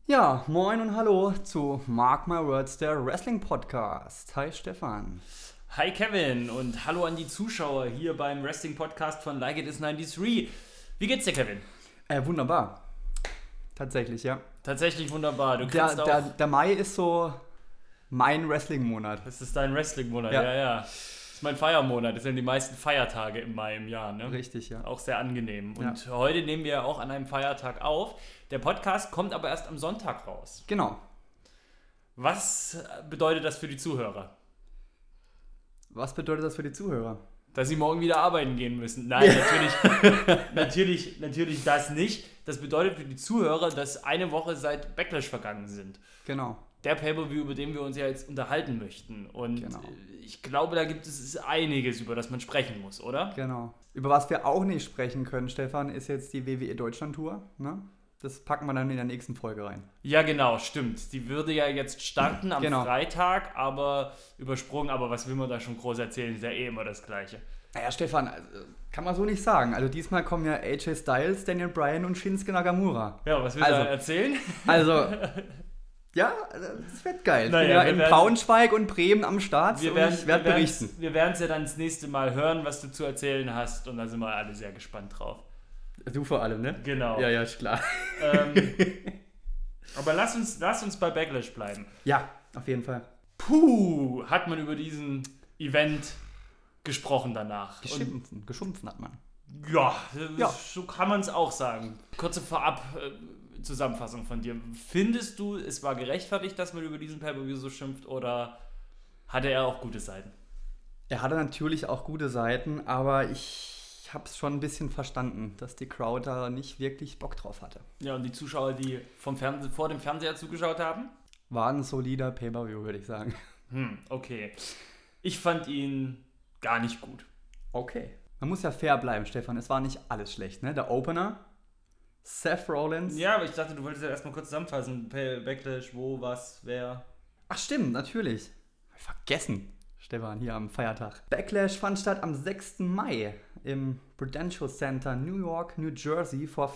Ja, moin und hallo zu Mark My Words, der Wrestling Podcast. Hi Stefan. Hi Kevin und hallo an die Zuschauer hier beim Wrestling Podcast von Like It Is 93. Wie geht's dir, Kevin? Wunderbar. Tatsächlich, ja. Tatsächlich wunderbar. Du kannst Der Mai ist so mein Wrestling-Monat. Das ist dein Wrestling-Monat, Ja. ja. Das ist mein Feiermonat. Das sind die meisten Feiertage im Mai im Jahr, ne? Richtig, ja. Auch sehr angenehm. Und Ja. heute nehmen wir auch an einem Feiertag auf. Der Podcast kommt aber erst am Sonntag raus. Genau. Was bedeutet das für die Zuhörer? Was bedeutet das für die Zuhörer? Dass sie morgen wieder arbeiten gehen müssen. Nein, natürlich das nicht. Das bedeutet für die Zuhörer, dass eine Woche seit Backlash vergangen sind. Genau. Der Pay-Per-View, über den wir uns ja jetzt unterhalten möchten. Und Genau. ich glaube, da gibt es einiges, über das man sprechen muss, oder? Genau. Über was wir auch nicht sprechen können, Stefan, ist jetzt die WWE Deutschland Tour. Ne? Das packen wir dann in der nächsten Folge rein. Ja, genau, stimmt. Die würde ja jetzt starten am Genau. Freitag, aber übersprungen. Aber was will man da schon groß erzählen? Ist ja eh immer das Gleiche. Naja, Stefan, also, kann man so nicht sagen. Also diesmal kommen ja AJ Styles, Daniel Bryan und Shinsuke Nakamura. Ja, was willst du da erzählen? Also, ja, das wird geil. Naja, Ich bin ja in Braunschweig und Bremen am Start Ich und ich werde berichten. Wir werden es ja dann das nächste Mal hören, was du zu erzählen hast. Und da sind wir alle sehr gespannt drauf. Du vor allem, ne? Genau. Ja, ist klar. Aber lass uns bei Backlash bleiben. Ja, auf jeden Fall. Puh, hat man über diesen Event gesprochen danach. Geschumpfen hat man. Und ja, Ja. so kann man es auch sagen. Kurze Vorab-Zusammenfassung von dir. Findest du, es war gerechtfertigt, dass man über diesen Pay-Per-View so schimpft, oder hatte er auch gute Seiten? Er hatte natürlich auch gute Seiten, aber ich habe es schon ein bisschen verstanden, dass die Crowd da nicht wirklich Bock drauf hatte. Ja, und die Zuschauer, die vor dem Fernseher zugeschaut haben? War ein solider Pay-Per-View, würde ich sagen. Okay. Ich fand ihn gar nicht gut. Okay. Man muss ja fair bleiben, Stefan. Es war nicht alles schlecht, ne? Der Opener, Seth Rollins. Ja, aber ich dachte, du wolltest ja erstmal kurz zusammenfassen. Backlash, wo, was, wer. Ach stimmt, natürlich. Hab ich vergessen, Stefan, hier am Feiertag. Backlash fand statt am 6. Mai im Prudential Center, New York, New Jersey vor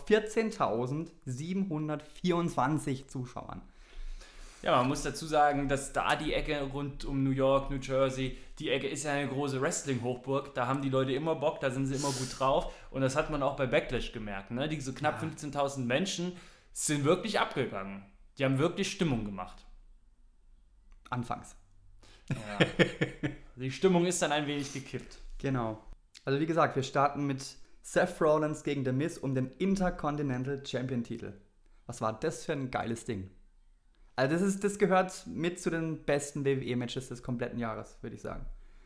14.724 Zuschauern. Ja, man muss dazu sagen, dass da die Ecke rund um New York, New Jersey, die Ecke ist ja eine große Wrestling-Hochburg. Da haben die Leute immer Bock, da sind sie immer gut drauf. Und das hat man auch bei Backlash gemerkt. Ne? Diese knapp 15.000 Menschen sind wirklich abgegangen. Die haben wirklich Stimmung gemacht. Anfangs. Ja. Die Stimmung ist dann ein wenig gekippt. Genau. Also wie gesagt, wir starten mit Seth Rollins gegen The Miz um den Intercontinental Champion-Titel. Was war das für ein geiles Ding? Also das gehört mit zu den besten WWE-Matches des kompletten Jahres, würde ich sagen.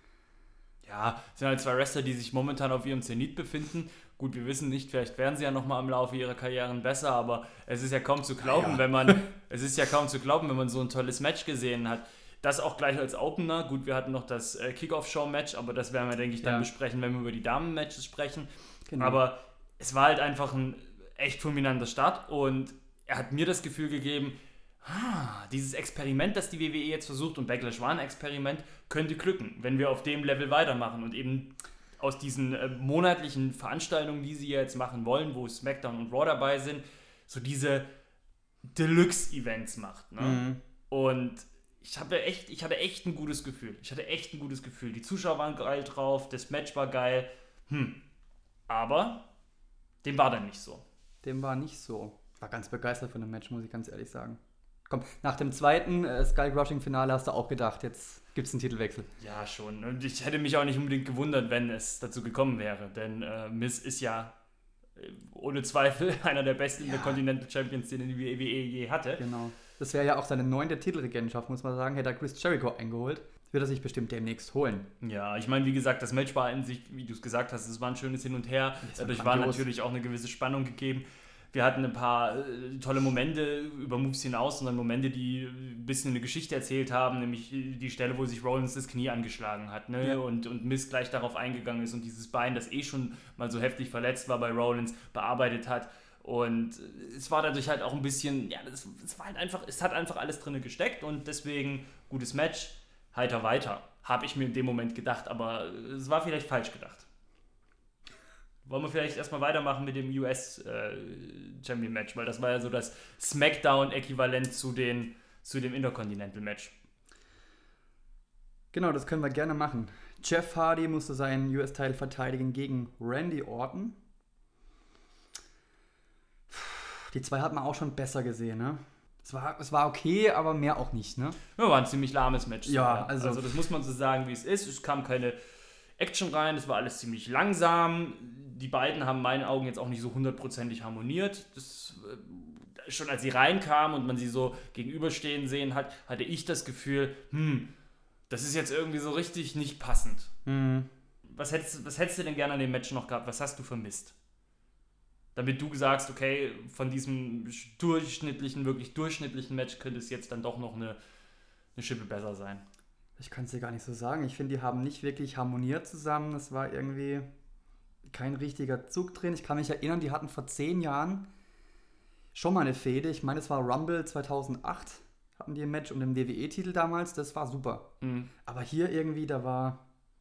Ja, es sind halt zwei Wrestler, die sich momentan auf ihrem Zenit befinden. Gut, wir wissen nicht, vielleicht werden sie ja nochmal im Laufe ihrer Karrieren besser, aber es ist ja kaum zu glauben, wenn man so ein tolles Match gesehen hat. Das auch gleich als Opener. Gut, wir hatten noch das Kickoff-Show-Match, aber das werden wir, denke ich, dann besprechen, wenn wir über die Damen-Matches sprechen. Genau. Aber es war halt einfach ein echt fulminanter Start und er hat mir das Gefühl gegeben, dieses Experiment, das die WWE jetzt versucht, und Backlash war ein Experiment, könnte glücken, wenn wir auf dem Level weitermachen und eben aus diesen monatlichen Veranstaltungen, die sie jetzt machen wollen, wo SmackDown und Raw dabei sind, so diese Deluxe-Events macht. Ne? Mhm. Und ich hatte echt ein gutes Gefühl. Die Zuschauer waren geil drauf, das Match war geil. Aber dem war dann nicht so. Dem war nicht so. War ganz begeistert von dem Match, muss ich ganz ehrlich sagen. Komm, nach dem zweiten Skull-Crushing-Finale hast du auch gedacht, jetzt gibt's einen Titelwechsel. Ja, schon. Und ich hätte mich auch nicht unbedingt gewundert, wenn es dazu gekommen wäre. Denn Miz ist ja ohne Zweifel einer der besten Intercontinental Champions, den die WWE je hatte. Genau. Das wäre ja auch seine 9. Titelregentschaft, muss man sagen. Hätte er Chris Jericho eingeholt, wird er sich bestimmt demnächst holen. Ja, ich meine, wie gesagt, das Match war in sich, wie du es gesagt hast, es war ein schönes Hin und Her. Dadurch war natürlich auch eine gewisse Spannung gegeben. Wir hatten ein paar tolle Momente über Moves hinaus und dann Momente, die ein bisschen eine Geschichte erzählt haben, nämlich die Stelle, wo sich Rollins das Knie angeschlagen hat, ne? Ja. Und Miz gleich darauf eingegangen ist und dieses Bein, das schon mal so heftig verletzt war bei Rollins, bearbeitet hat. Und es war dadurch halt auch ein bisschen, es war halt einfach, es hat einfach alles drin gesteckt und deswegen gutes Match, heiter weiter, habe ich mir in dem Moment gedacht, aber es war vielleicht falsch gedacht. Wollen wir vielleicht erstmal weitermachen mit dem US-Champion-Match, weil das war ja so das Smackdown-Äquivalent zu dem Intercontinental-Match. Genau, das können wir gerne machen. Jeff Hardy musste seinen US-Title verteidigen gegen Randy Orton. Die zwei hat man auch schon besser gesehen, ne? Es war okay, aber mehr auch nicht, ne? Ja, war ein ziemlich lahmes Match. Ja, sogar. also das muss man so sagen, wie es ist. Es kam keine Action rein, es war alles ziemlich langsam. Die beiden haben in meinen Augen jetzt auch nicht so hundertprozentig harmoniert. Schon als sie reinkamen und man sie so gegenüberstehen sehen hat, hatte ich das Gefühl, das ist jetzt irgendwie so richtig nicht passend. Was hättest du denn gerne an dem Match noch gehabt? Was hast du vermisst? Damit du sagst, okay, von diesem wirklich durchschnittlichen Match könnte es jetzt dann doch noch eine Schippe besser sein. Ich kann es dir gar nicht so sagen. Ich finde, die haben nicht wirklich harmoniert zusammen. Es war irgendwie kein richtiger Zug drin. Ich kann mich erinnern, die hatten vor 10 Jahren schon mal eine Fehde. Ich meine, es war Rumble 2008. Hatten die ein Match um den WWE-Titel damals. Das war super. Aber hier irgendwie, da war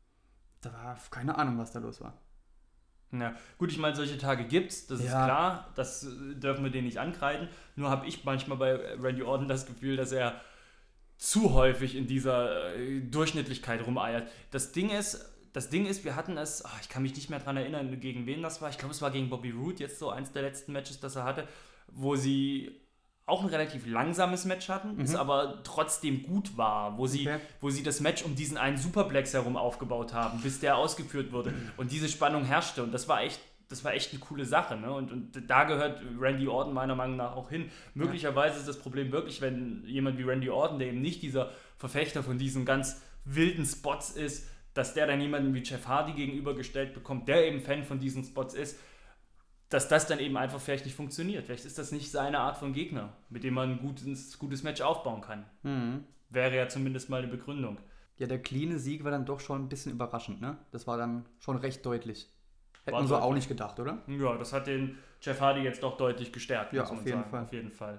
keine Ahnung, was da los war. Ja, gut, ich meine, solche Tage gibt's, das ist klar, das dürfen wir denen nicht ankreiden. Nur habe ich manchmal bei Randy Orton das Gefühl, dass er zu häufig in dieser Durchschnittlichkeit rumeiert. Das Ding ist, wir hatten es, ich kann mich nicht mehr daran erinnern, gegen wen das war. Ich glaube, es war gegen Bobby Roode, jetzt so eins der letzten Matches, das er hatte, wo sie auch ein relativ langsames Match hatten, es aber trotzdem gut war, wo sie das Match um diesen einen Superplex herum aufgebaut haben, bis der ausgeführt wurde und diese Spannung herrschte und das war echt eine coole Sache, ne? Und da gehört Randy Orton meiner Meinung nach auch hin. Möglicherweise ist das Problem wirklich, wenn jemand wie Randy Orton, der eben nicht dieser Verfechter von diesen ganz wilden Spots ist, dass der dann jemanden wie Jeff Hardy gegenübergestellt bekommt, der eben Fan von diesen Spots ist, dass das dann eben einfach vielleicht nicht funktioniert. Vielleicht ist das nicht seine Art von Gegner, mit dem man ein gutes Match aufbauen kann. Wäre ja zumindest mal eine Begründung. Ja, der cleane Sieg war dann doch schon ein bisschen überraschend, ne? Das war dann schon recht deutlich. Hätte War man so deutlich. auch nicht gedacht, oder? Ja, das hat den Jeff Hardy jetzt doch deutlich gestärkt, Ja, muss man auf jeden sagen. Fall. Auf jeden Fall.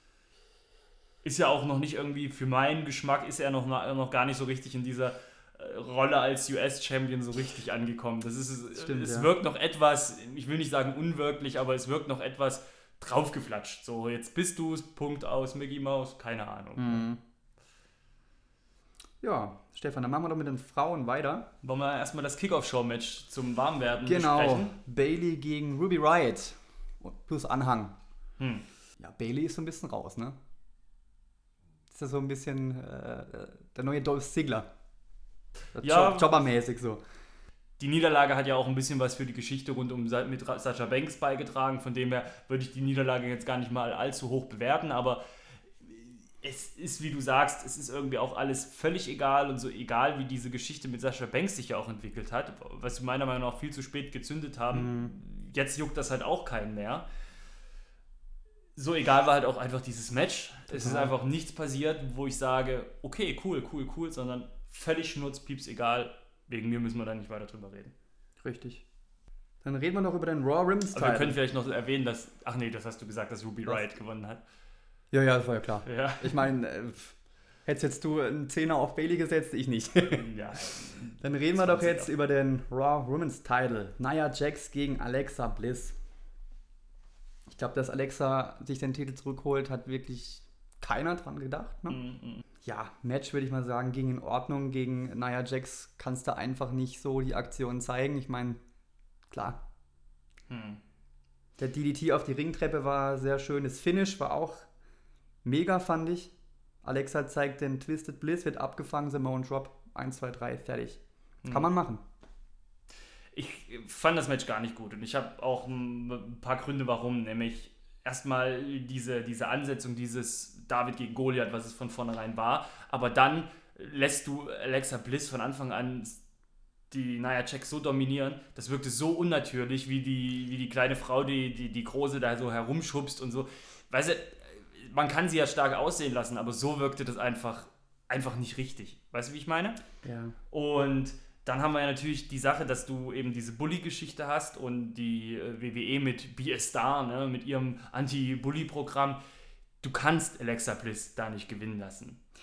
Ist ja auch noch nicht irgendwie, für meinen Geschmack, ist er noch gar nicht so richtig in dieser Rolle als US-Champion so richtig angekommen. Stimmt, es wirkt noch etwas, ich will nicht sagen unwirklich, aber es wirkt noch etwas draufgeflatscht. So, jetzt bist du's, Punkt aus, Mickey Mouse, keine Ahnung. Ja, Stefan, dann machen wir doch mit den Frauen weiter. Wollen wir erstmal das Kickoff-Show-Match zum Warmwerden Genau, besprechen? Bayley gegen Ruby Riott. Plus Anhang. Ja, Bayley ist so ein bisschen raus, ne? Das ist ja so ein bisschen der neue Dolph Ziggler. Ja, Jobbermäßig so. Die Niederlage hat ja auch ein bisschen was für die Geschichte rund um mit Sasha Banks beigetragen. Von dem her würde ich die Niederlage jetzt gar nicht mal allzu hoch bewerten. Aber es ist, wie du sagst, es ist irgendwie auch alles völlig egal. Und so egal, wie diese Geschichte mit Sasha Banks sich ja auch entwickelt hat, was wir meiner Meinung nach viel zu spät gezündet haben. Jetzt juckt das halt auch keinen mehr. So egal war halt auch einfach dieses Match. Es ist einfach nichts passiert, wo ich sage, okay, cool, sondern völlig schnurzpieps egal. Wegen mir müssen wir da nicht weiter drüber reden. Richtig. Dann reden wir noch über den Raw Women's Title. Aber wir können vielleicht noch erwähnen, dass, das hast du gesagt, dass Ruby Riott gewonnen hat. Ja, das war ja klar. Ja. Ich meine, hättest jetzt du einen Zehner auf Bayley gesetzt, ich nicht. Ja. Dann reden wir doch jetzt über den Raw Women's Title. Nia Jax gegen Alexa Bliss. Ich glaube, dass Alexa sich den Titel zurückholt, hat wirklich keiner dran gedacht. Ne? Ja, Match würde ich mal sagen, ging in Ordnung. Gegen Nia Jax kannst du einfach nicht so die Aktion zeigen. Ich meine, klar. Der DDT auf die Ringtreppe war sehr schön. Das Finish war auch mega, fand ich. Alexa zeigt den Twisted Bliss, wird abgefangen, Samoan Drop, 1, 2, 3, fertig. Kann man machen. Ich fand das Match gar nicht gut und ich habe auch ein paar Gründe, warum. Nämlich erstmal diese Ansetzung, dieses David gegen Goliath, was es von vornherein war. Aber dann lässt du Alexa Bliss von Anfang an die Nia Jax so dominieren. Das wirkte so unnatürlich, wie die kleine Frau, die Große da so herumschubst und so. Weißt du, man kann sie ja stark aussehen lassen, aber so wirkte das einfach nicht richtig. Weißt du, wie ich meine? Ja. Und dann haben wir ja natürlich die Sache, dass du eben diese Bully-Geschichte hast und die WWE mit Be a Star, ne, mit ihrem Anti-Bully-Programm. Du kannst Alexa Bliss da nicht gewinnen lassen.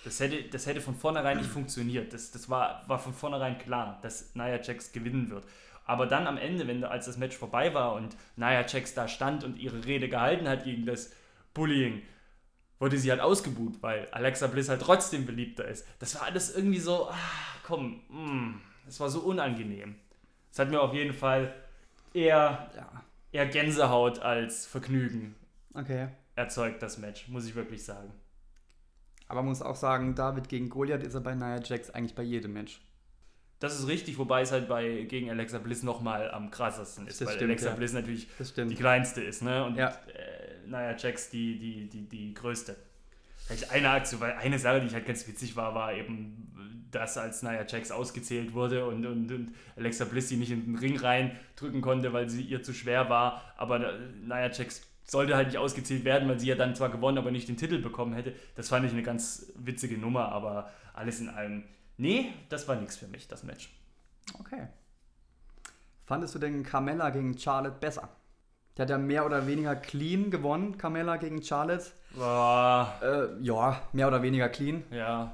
Das hätte von vornherein nicht funktioniert. Das war von vornherein klar, dass Nia Jax gewinnen wird. Aber dann am Ende, als das Match vorbei war und Nia Jax da stand und ihre Rede gehalten hat gegen das Bullying, wurde sie halt ausgebuht, weil Alexa Bliss halt trotzdem beliebter ist. Das war alles irgendwie so, das war so unangenehm. Es hat mir auf jeden Fall eher Gänsehaut als Vergnügen erzeugt, das Match, muss ich wirklich sagen. Aber man muss auch sagen, David gegen Goliath ist er bei Nia Jax eigentlich bei jedem Match. Das ist richtig, wobei es halt gegen Alexa Bliss nochmal am krassesten ist, weil Alexa Bliss natürlich die kleinste ist, ne? Und Nia Jax die größte. Vielleicht eine Sache, die halt ganz witzig war eben, dass als Nia Jax ausgezählt wurde und Alexa Bliss sie nicht in den Ring reindrücken konnte, weil sie ihr zu schwer war, aber Nia Jax sollte halt nicht ausgezählt werden, weil sie ja dann zwar gewonnen, aber nicht den Titel bekommen hätte. Das fand ich eine ganz witzige Nummer, aber alles in allem, nee, das war nichts für mich, das Match. Okay. Fandest du denn Carmella gegen Charlotte besser? Der hat ja mehr oder weniger clean gewonnen, Carmella gegen Charlotte. Ja, mehr oder weniger clean. Ja.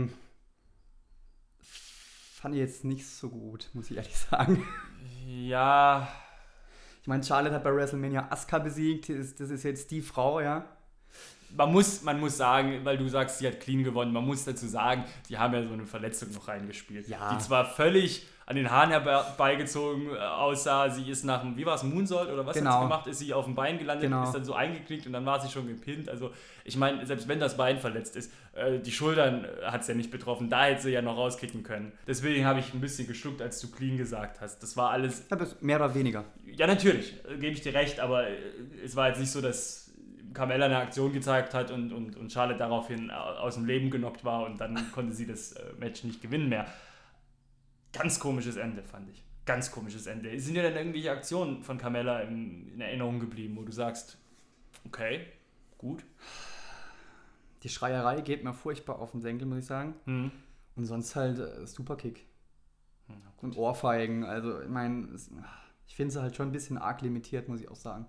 Fand ich jetzt nicht so gut, muss ich ehrlich sagen. Ja. Ich meine, Charlotte hat bei WrestleMania Asuka besiegt, das ist jetzt die Frau, ja. Man muss sagen, weil du sagst, sie hat clean gewonnen, man muss dazu sagen, die haben ja so eine Verletzung noch reingespielt. Ja. Die zwar völlig an den Haaren herbeigezogen aussah, sie ist nach dem, wie war es, Moonsault oder was hat sie gemacht, ist sie auf dem Bein gelandet, ist dann so eingeknickt und dann war sie schon gepinnt. Also ich meine, selbst wenn das Bein verletzt ist, die Schultern hat es ja nicht betroffen, da hätte sie ja noch rauskicken können. Deswegen habe ich ein bisschen geschluckt, als du clean gesagt hast. Das war alles... Mehr oder weniger. Ja, natürlich, gebe ich dir recht, aber es war jetzt nicht so, dass Carmella eine Aktion gezeigt hat und Charlotte daraufhin aus dem Leben genockt war und dann konnte sie das Match nicht gewinnen mehr. Ganz komisches Ende, fand ich. Ganz komisches Ende. Sind dir denn irgendwelche Aktionen von Carmella in Erinnerung geblieben, wo du sagst, okay, gut? Die Schreierei geht mir furchtbar auf den Senkel, muss ich sagen. Und sonst halt Superkick. Und Ohrfeigen. Also, ich meine, ich finde sie halt schon ein bisschen arg limitiert, muss ich auch sagen.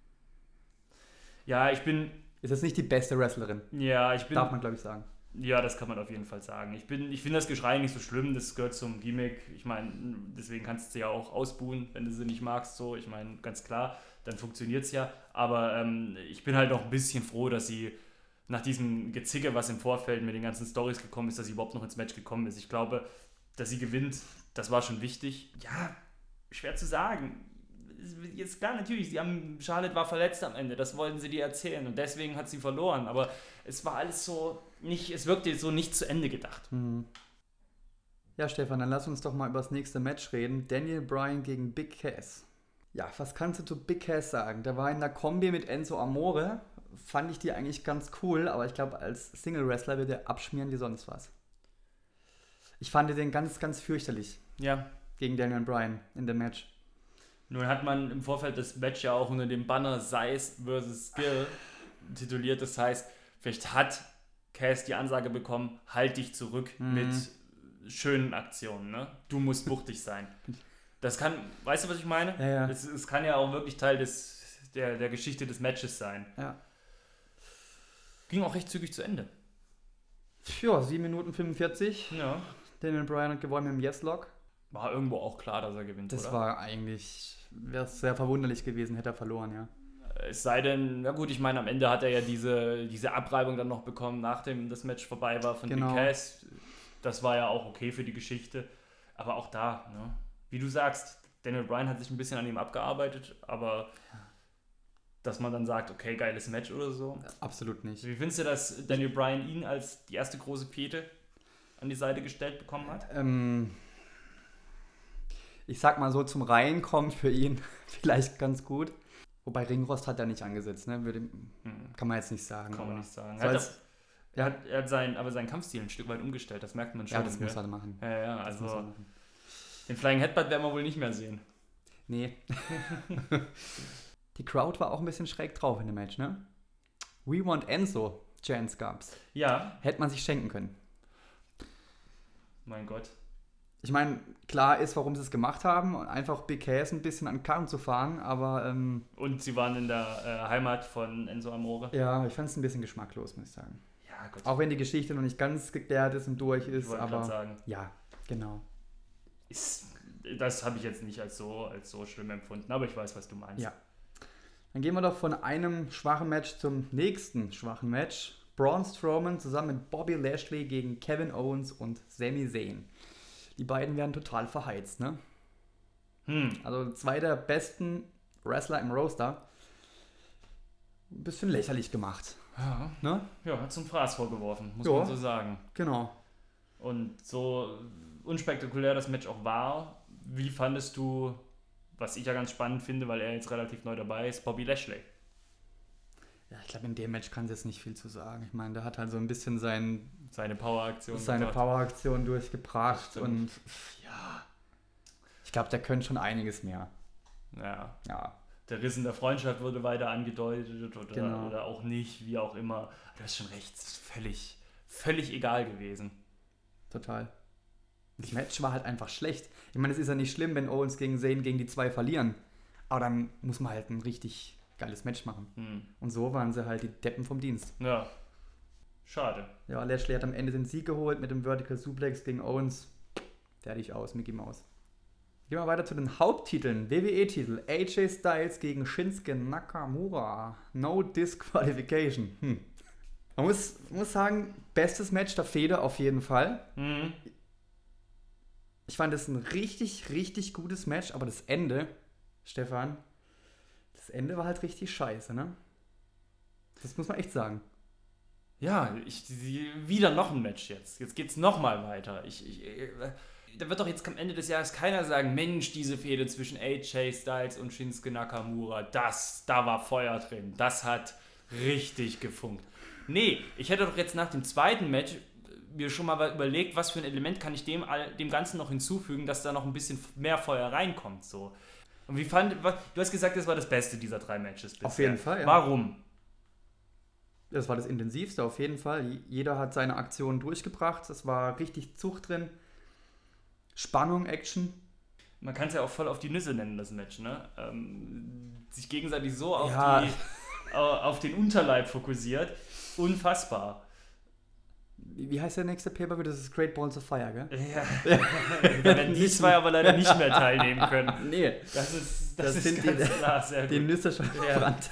Ja, Ist jetzt nicht die beste Wrestlerin. Ja, darf man, glaube ich, sagen. Ja, das kann man auf jeden Fall sagen. Ich finde das Geschrei nicht so schlimm, das gehört zum Gimmick. Ich meine, deswegen kannst du sie ja auch ausbuhen, wenn du sie nicht magst. So, ich meine, ganz klar, dann funktioniert es ja. Aber ich bin halt noch ein bisschen froh, dass sie nach diesem Gezicke, was im Vorfeld mit den ganzen Storys gekommen ist, dass sie überhaupt noch ins Match gekommen ist. Ich glaube, dass sie gewinnt, das war schon wichtig. Ja, schwer zu sagen. Jetzt klar, natürlich, Charlotte war verletzt am Ende, das wollten sie dir erzählen und deswegen hat sie verloren, aber es war alles so es wirkte so nicht zu Ende gedacht. Ja, Stefan, dann lass uns doch mal über das nächste Match reden. Daniel Bryan gegen Big Cass. Ja, was kannst du zu Big Cass sagen? Der war in der Kombi mit Enzo Amore, fand ich die eigentlich ganz cool, aber ich glaube, als Single-Wrestler wird er abschmieren wie sonst was. Ich fand den ganz, ganz fürchterlich. Ja. Gegen Daniel Bryan in dem Match. Nun hat man im Vorfeld das Match ja auch unter dem Banner Size vs. Skill tituliert. Das heißt, vielleicht hat Cass die Ansage bekommen, halt dich zurück mit schönen Aktionen. Ne? Du musst wuchtig sein. Das kann, weißt du, was ich meine? Ja. Es kann ja auch wirklich Teil der Geschichte des Matches sein. Ja. Ging auch recht zügig zu Ende. Ja, 7 Minuten 45. Ja. Daniel Bryan hat gewonnen mit dem Yes-Lock. War irgendwo auch klar, dass er gewinnt, das oder? Das war eigentlich, wäre es sehr verwunderlich gewesen, hätte er verloren, ja. Es sei denn, na gut, ich meine, am Ende hat er ja diese Abreibung dann noch bekommen, nachdem das Match vorbei war von Big Cass. Das war ja auch okay für die Geschichte. Aber auch da, ne? Wie du sagst, Daniel Bryan hat sich ein bisschen an ihm abgearbeitet, aber dass man dann sagt, okay, geiles Match oder so. Absolut nicht. Wie findest du, dass Daniel Bryan ihn als die erste große Fete an die Seite gestellt bekommen hat? Ich sag mal so, zum Reinkommen für ihn vielleicht ganz gut. Wobei Ringrost hat er nicht angesetzt, ne? Kann man jetzt nicht sagen. Kann man nicht sagen. Er hat seinen Kampfstil ein Stück weit umgestellt, das merkt man schon. Ja, das muss er machen. Ja, also den Flying Headbutt werden wir wohl nicht mehr sehen. Nee. Die Crowd war auch ein bisschen schräg drauf in dem Match, ne? We want Enzo, Chance gab's. Ja. Hätte man sich schenken können. Mein Gott. Ich meine, klar ist, warum sie es gemacht haben, einfach Big Cass ein bisschen an den Karren zu fahren, aber... Und sie waren in der Heimat von Enzo Amore. Ja, ich fand es ein bisschen geschmacklos, muss ich sagen. Ja, Gott. Auch wenn die Geschichte noch nicht ganz geklärt ist und durch Ich ist, wollte aber gerade sagen. ja, genau. Das habe ich jetzt nicht als so schlimm empfunden, aber ich weiß, was du meinst. Ja. Dann gehen wir doch von einem schwachen Match zum nächsten schwachen Match. Braun Strowman zusammen mit Bobby Lashley gegen Kevin Owens und Sami Zayn. Die beiden werden total verheizt, ne? Also 2 der besten Wrestler im Roster. Ein bisschen lächerlich gemacht. Ja, Ne? ja, hat zum Fraß vorgeworfen, muss Ja. man so sagen. Genau. Und so unspektakulär das Match auch war, wie fandest du, was ich ja ganz spannend finde, weil er jetzt relativ neu dabei ist, Bobby Lashley? Ja, ich glaube, in dem Match kann es jetzt nicht viel zu sagen. Ich meine, der hat halt so ein bisschen Seine Power-Aktion. seine Power-Aktion durchgebracht Stimmt. und ja, ich glaube, der könnte schon einiges mehr. Ja. Ja, Der Riss in der Freundschaft wurde weiter angedeutet Genau. oder auch nicht, wie auch immer. Du hast schon recht, es ist völlig egal gewesen. total. Das Match war halt einfach schlecht. Ich meine, es ist ja nicht schlimm, wenn Owens gegen Zayn gegen die 2 verlieren. Aber dann muss man halt ein richtig geiles Match machen. Und so waren sie halt die Deppen vom Dienst. Ja, schade. Ja, Lashley hat am Ende den Sieg geholt mit dem Vertical Suplex gegen Owens. Fertig aus, Mickey Mouse. Gehen wir weiter zu den Haupttiteln. WWE-Titel. AJ Styles gegen Shinsuke Nakamura. No Disqualification. Man muss sagen, bestes Match der Fehde auf jeden Fall. Ich fand es ein richtig, richtig gutes Match, aber das Ende, Stefan, das Ende war halt richtig scheiße, ne? Das muss man echt sagen. Ja, wieder noch ein Match jetzt. Jetzt geht's nochmal weiter. Da wird doch jetzt am Ende des Jahres keiner sagen, Mensch, diese Fehde zwischen AJ Styles und Shinsuke Nakamura, da war Feuer drin. Das hat richtig gefunkt. Nee, ich hätte doch jetzt nach dem zweiten Match mir schon mal überlegt, was für ein Element kann ich dem Ganzen noch hinzufügen, dass da noch ein bisschen mehr Feuer reinkommt. So. Und du hast gesagt, das war das Beste dieser 3 Matches bisher. Auf jeden Fall, ja. Warum? Das war das Intensivste, auf jeden Fall. Jeder hat seine Aktion durchgebracht. Es war richtig Zucht drin. Spannung, Action. Man kann es ja auch voll auf die Nüsse nennen, das Match, ne? Sich gegenseitig so auf den Unterleib fokussiert. Unfassbar. Wie heißt der nächste Paper? Das ist Great Balls of Fire, gell? Ja. Da werden die 2 aber leider nicht mehr teilnehmen können. Nee. Das ist sind ganz klar, sehr gut. Die Nüsse schon Ja. verbrannt.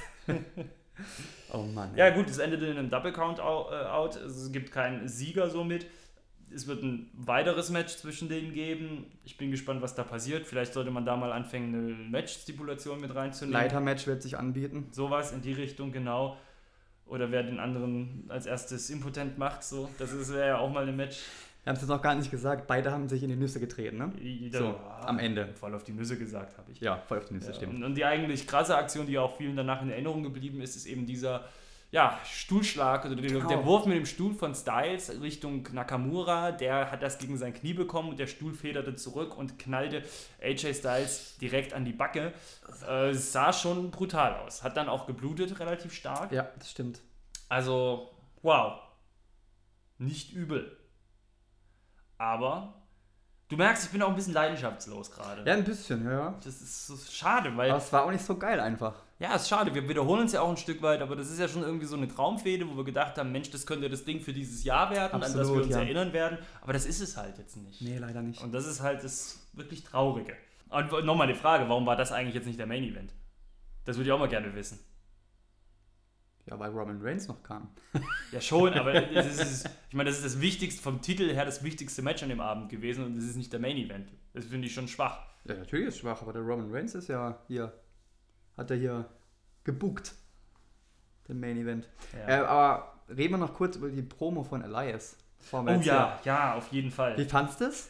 Oh Mann. Ja gut, es endete in einem Double Count out. Es gibt keinen Sieger somit. Es wird ein weiteres Match zwischen denen geben. Ich bin gespannt, was da passiert. Vielleicht sollte man da mal anfangen, eine Match-Stipulation mit reinzunehmen. Leitermatch wird sich anbieten. Sowas in die Richtung, genau. Oder wer den anderen als erstes impotent macht, so. Wäre ja auch mal ein Match. Wir haben es jetzt noch gar nicht gesagt. Beide haben sich in die Nüsse getreten, ne? So, am Ende. Voll auf die Nüsse gesagt, habe ich. Ja, voll auf die Nüsse, stimmt. Und die eigentlich krasse Aktion, die auch vielen danach in Erinnerung geblieben ist, ist eben dieser Stuhlschlag, oder der Wurf mit dem Stuhl von Styles Richtung Nakamura. Der hat das gegen sein Knie bekommen und der Stuhl federte zurück und knallte AJ Styles direkt an die Backe. Es sah schon brutal aus. Hat dann auch geblutet, relativ stark. Ja, das stimmt. Also, wow. Nicht übel. Aber du merkst, ich bin auch ein bisschen leidenschaftslos gerade. Ja, ein bisschen, ja. Das ist so schade, weil... Aber es war auch nicht so geil einfach. Ja, ist schade. Wir wiederholen uns ja auch ein Stück weit, aber das ist ja schon irgendwie so eine Traumfehde, wo wir gedacht haben, Mensch, das könnte das Ding für dieses Jahr werden, Absolut, an das wir uns ja. erinnern werden. Aber das ist es halt jetzt nicht. Nee, leider nicht. Und das ist halt das wirklich Traurige. Und nochmal die Frage, warum war das eigentlich jetzt nicht der Main Event? Das würde ich auch mal gerne wissen. Ja, weil Roman Reigns noch kam. Ja schon, aber das ist das Wichtigste, vom Titel her das wichtigste Match an dem Abend gewesen und das ist nicht der Main Event. Das finde ich schon schwach. Ja, natürlich ist es schwach, aber der Roman Reigns ist ja hier, hat er hier gebucht, den Main Event. Ja. Aber reden wir noch kurz über die Promo von Elias. Oh ja, auf jeden Fall. Wie fandst du das?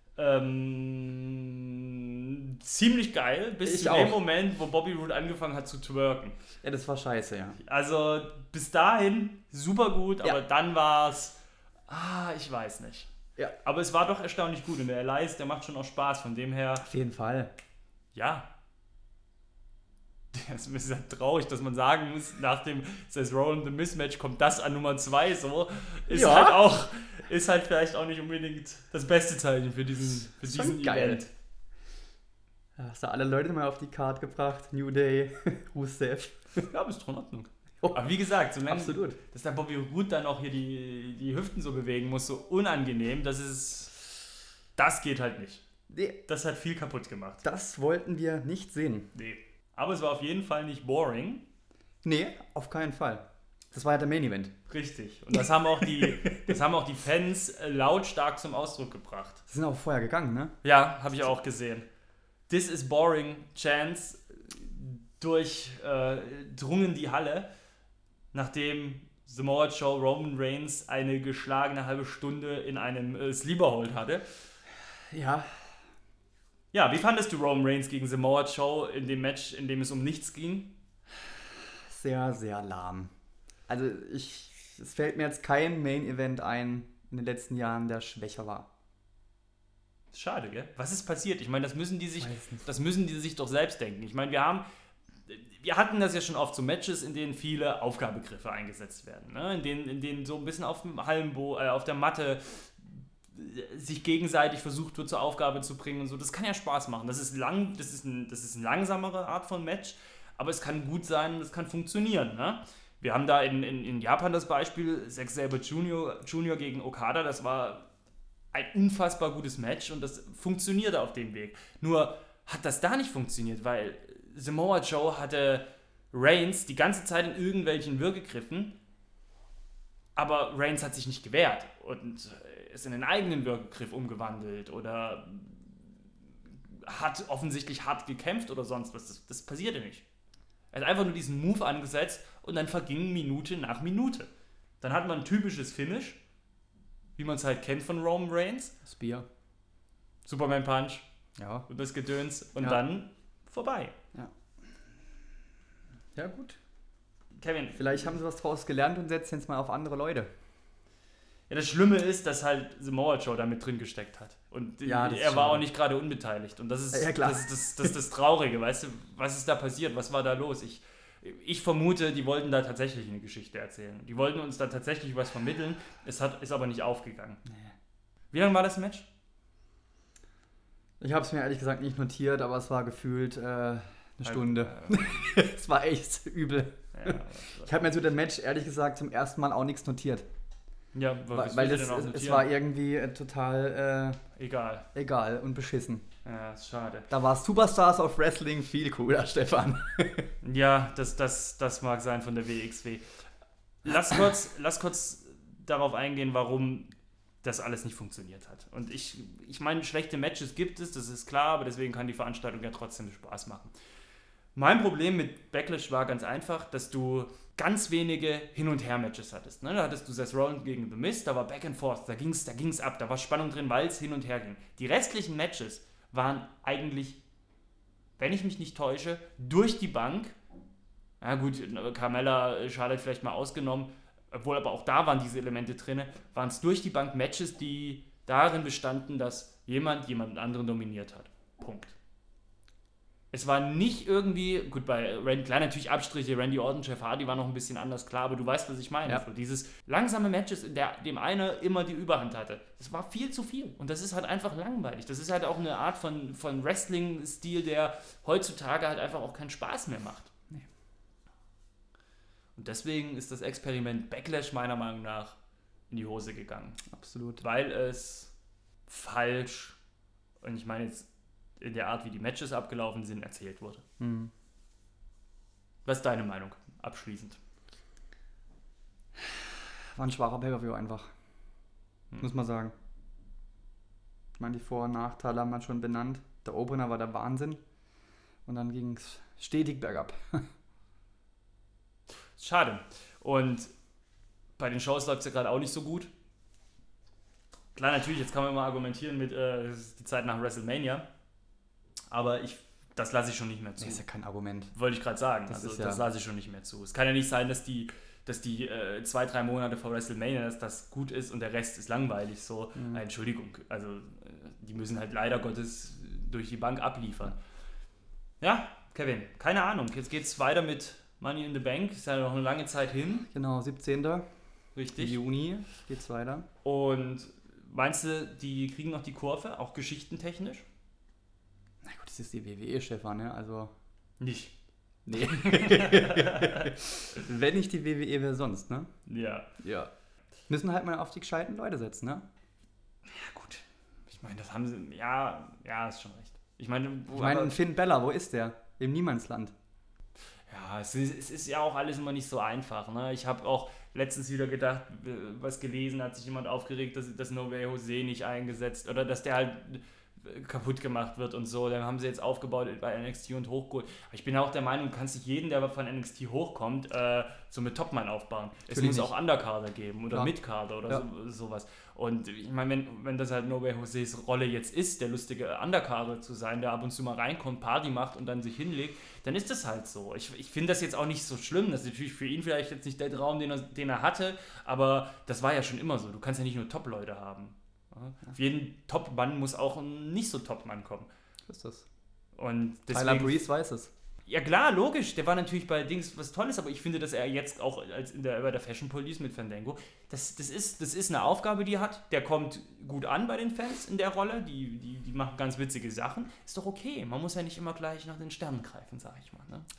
Ziemlich geil, bis Ich zu auch. dem Moment, wo Bobby Roode angefangen hat zu twerken. Ja, das war scheiße, ja. Also bis dahin super gut, Ja. aber dann war es, ich weiß nicht. Ja. Aber es war doch erstaunlich gut und der Elias, der macht schon auch Spaß, von dem her, Auf jeden Fall. ja. Es ist ja traurig, dass man sagen muss, nach dem Seth Rollins The Mismatch kommt das an Nummer 2 so. Ja. Ist halt vielleicht auch nicht unbedingt das beste Zeichen für diesen Schon geil. Event. Da hast du alle Leute mal auf die Card gebracht. New Day, Rusev. Ja, aber ist doch in Ordnung. Oh, Aber wie gesagt, solange absolut. dass der Bobby Roode dann auch hier die Hüften so bewegen muss, so unangenehm, das geht halt nicht. Nee, Das hat viel kaputt gemacht. das wollten wir nicht sehen. Nee. Aber es war auf jeden Fall nicht boring. Nee, auf keinen Fall. Das war ja der Main Event. Richtig. Und das haben auch die Fans lautstark zum Ausdruck gebracht. Sie sind auch vorher gegangen, ne? Ja, habe ich auch gesehen. This is boring Chance durchdrungen die Halle, nachdem Samoa Joe Roman Reigns eine geschlagene halbe Stunde in einem Sleeper Hold hatte. Ja. Ja, wie fandest du Roman Reigns gegen Samoa Joe in dem Match, in dem es um nichts ging? Sehr, sehr lahm. Also es fällt mir jetzt kein Main Event ein in den letzten Jahren, der schwächer war. Schade, gell? Was ist passiert? Ich meine, das müssen die sich Weiß nicht. doch selbst denken. Ich meine, wir hatten das ja schon oft so Matches, in denen viele Aufgabegriffe eingesetzt werden, ne? In denen so ein bisschen auf dem auf der Matte sich gegenseitig versucht wird, zur Aufgabe zu bringen und so. Das kann ja Spaß machen. Das ist eine langsamere Art von Match, aber es kann gut sein und es kann funktionieren, ne? Wir haben da in Japan das Beispiel Zack Sabre Jr. gegen Okada. Das war ein unfassbar gutes Match und das funktionierte auf dem Weg. Nur hat das da nicht funktioniert, weil Samoa Joe hatte Reigns die ganze Zeit in irgendwelchen Würgegriffen, aber Reigns hat sich nicht gewehrt und ist in einen eigenen Würgegriff umgewandelt oder hat offensichtlich hart gekämpft oder sonst was. Das passierte nicht. Er hat einfach nur diesen Move angesetzt und dann verging Minute nach Minute. Dann hat man ein typisches Finish, wie man es halt kennt von Roman Reigns. Spear. Superman Punch Ja. und das Gedöns und Ja. dann vorbei. Ja, gut. Kevin, Vielleicht haben sie was draus gelernt und setzen jetzt mal auf andere Leute. ja, das Schlimme ist, dass halt Samoa Joe da mit drin gesteckt hat. Und Ja, das ist er war schade. auch nicht gerade unbeteiligt. Und das ist, Ja, klar. das ist das Traurige, weißt du? Was ist da passiert? Was war da los? Ich vermute, die wollten da tatsächlich eine Geschichte erzählen. Die wollten uns da tatsächlich was vermitteln. Ist aber nicht aufgegangen. Nee. Wie lange war das Match? Ich habe es mir ehrlich gesagt nicht notiert, aber es war gefühlt eine Stunde. Es war echt übel. Ich habe mir zu dem Match ehrlich gesagt zum ersten Mal auch nichts notiert. Ja, Weil es war irgendwie total egal und beschissen. Ja, ist schade. Da war Superstars of Wrestling viel cooler, Stefan. Ja, das mag sein von der WXW. Lass kurz darauf eingehen, warum das alles nicht funktioniert hat. Und ich meine, schlechte Matches gibt es, das ist klar, aber deswegen kann die Veranstaltung ja trotzdem Spaß machen. Mein Problem mit Backlash war ganz einfach, dass du ganz wenige Hin- und Her-Matches hattest. Ne? Da hattest du Seth Rollins gegen The Miz, da war Back and Forth, da ging's ab, da war Spannung drin, weil es hin und her ging. Die restlichen Matches waren eigentlich, wenn ich mich nicht täusche, durch die Bank. Na gut, Carmella, Charlotte vielleicht mal ausgenommen, obwohl aber auch da waren diese Elemente drin, waren es durch die Bank Matches, die darin bestanden, dass jemand anderen dominiert hat. Punkt. Es war nicht irgendwie, gut, bei Randy, klar natürlich Abstriche, Randy Orton, Jeff Hardy war noch ein bisschen anders, klar, aber du weißt, was ich meine. Ja. So, dieses langsame Matches, in dem einer immer die Überhand hatte, das war viel zu viel und das ist halt einfach langweilig. Das ist halt auch eine Art von Wrestling-Stil, der heutzutage halt einfach auch keinen Spaß mehr macht. Nee. Und deswegen ist das Experiment Backlash meiner Meinung nach in die Hose gegangen. Absolut. Weil es falsch, und ich meine jetzt in der Art, wie die Matches abgelaufen sind, erzählt wurde. Mhm. Was ist deine Meinung abschließend? War ein schwacher Pay-Per-View einfach. Muss man sagen. Ich meine, die Vor- und Nachteile haben wir schon benannt. Der Opener war der Wahnsinn. Und dann ging es stetig bergab. Schade. Und bei den Shows läuft es ja gerade auch nicht so gut. Klar, natürlich, jetzt kann man immer argumentieren mit die Zeit nach WrestleMania. Aber das lasse ich schon nicht mehr zu. Das ist ja kein Argument. Wollte ich gerade sagen. Das lasse ich schon nicht mehr zu. Es kann ja nicht sein, dass die 2-3 Monate vor WrestleMania, dass das gut ist und der Rest ist langweilig. So, Entschuldigung. Also, die müssen halt leider Gottes durch die Bank abliefern. Ja, Kevin, keine Ahnung. Jetzt geht es weiter mit Money in the Bank. Ist ja noch eine lange Zeit hin. Genau, 17. Richtig. Juni geht's weiter. Und meinst du, die kriegen noch die Kurve, auch geschichtentechnisch? Na gut, das ist die WWE, Stefan, ne? Also Nicht. Nee. Wenn nicht die WWE, wer sonst, ne? Ja. Ja. Müssen halt mal auf die gescheiten Leute setzen, ne? Ja, gut. Ich meine, das haben sie. Ja, ist schon recht. Ich meine, Finn Bella, wo ist der? Im Niemandsland. Ja, es ist ja auch alles immer nicht so einfach. Ne? Ich habe auch letztens wieder gedacht, was gelesen, hat sich jemand aufgeregt, dass No Way Jose nicht eingesetzt oder dass der halt kaputt gemacht wird und so. Dann haben sie jetzt aufgebaut bei NXT und hochgeholt. Aber ich bin auch der Meinung, du kannst nicht jeden, der von NXT hochkommt, so mit Topmann aufbauen. Es muss auch Underkader geben oder Midkader oder sowas. Und ich meine, wenn das halt No Way Joses Rolle jetzt ist, der lustige Underkader zu sein, der ab und zu mal reinkommt, Party macht und dann sich hinlegt, dann ist das halt so. Ich finde das jetzt auch nicht so schlimm. Das ist natürlich für ihn vielleicht jetzt nicht der Traum, den er hatte, aber das war ja schon immer so. Du kannst ja nicht nur Top-Leute haben. Ja. Auf jeden Top-Mann muss auch ein nicht so Top-Mann kommen. Was ist das? Und deswegen, Tyler Breeze weiß es. Ja klar, logisch. Der war natürlich bei Dings was Tolles, aber ich finde, dass er jetzt auch bei der Fashion Police mit Fandango, das ist eine Aufgabe, die er hat. Der kommt gut an bei den Fans in der Rolle. Die machen ganz witzige Sachen. Ist doch okay. Man muss ja nicht immer gleich nach den Sternen greifen, sag ich mal. Ne?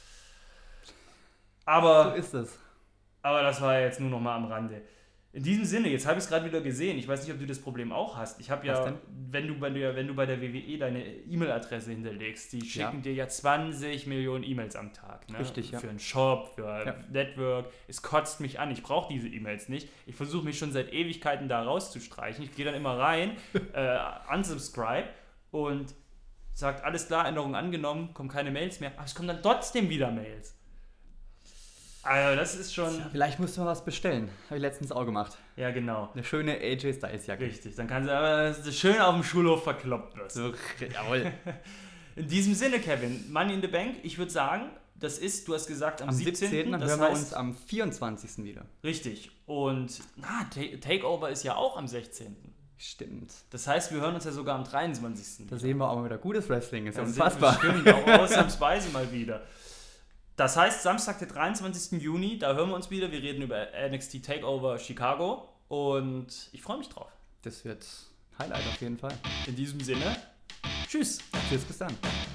Aber so ist es. Aber das war jetzt nur noch mal am Rande. In diesem Sinne, jetzt habe ich es gerade wieder gesehen. Ich weiß nicht, ob du das Problem auch hast. Ich habe ja, wenn du bei der WWE deine E-Mail-Adresse hinterlegst, die schicken dir ja 20 Millionen E-Mails am Tag. Ne? Richtig, ja. Für einen Shop, für Network. Es kotzt mich an. Ich brauche diese E-Mails nicht. Ich versuche mich schon seit Ewigkeiten da rauszustreichen. Ich gehe dann immer rein, unsubscribe und sagt, alles klar, Änderung angenommen, kommen keine Mails mehr. Aber es kommen dann trotzdem wieder Mails. Also das ist schon... Vielleicht musst du mal was bestellen. Habe ich letztens auch gemacht. Ja, genau. Eine schöne AJ Styles Jacke. Richtig, dann kannst du aber schön auf dem Schulhof verkloppt wirst. So, jawohl. In diesem Sinne, Kevin, Money in the Bank, ich würde sagen, das ist, du hast gesagt, am 17. Dann hören wir uns am 24. wieder. Richtig. Und Takeover ist ja auch am 16. Stimmt. Das heißt, wir hören uns ja sogar am 23. Da sehen wir auch mal wieder gutes Wrestling. Ist ja unfassbar. Stimmt, auch ausnahmsweise mal wieder. Das heißt, Samstag, der 23. Juni, da hören wir uns wieder. Wir reden über NXT Takeover Chicago und ich freue mich drauf. Das wird Highlight auf jeden Fall. In diesem Sinne, tschüss. Tschüss, bis dann.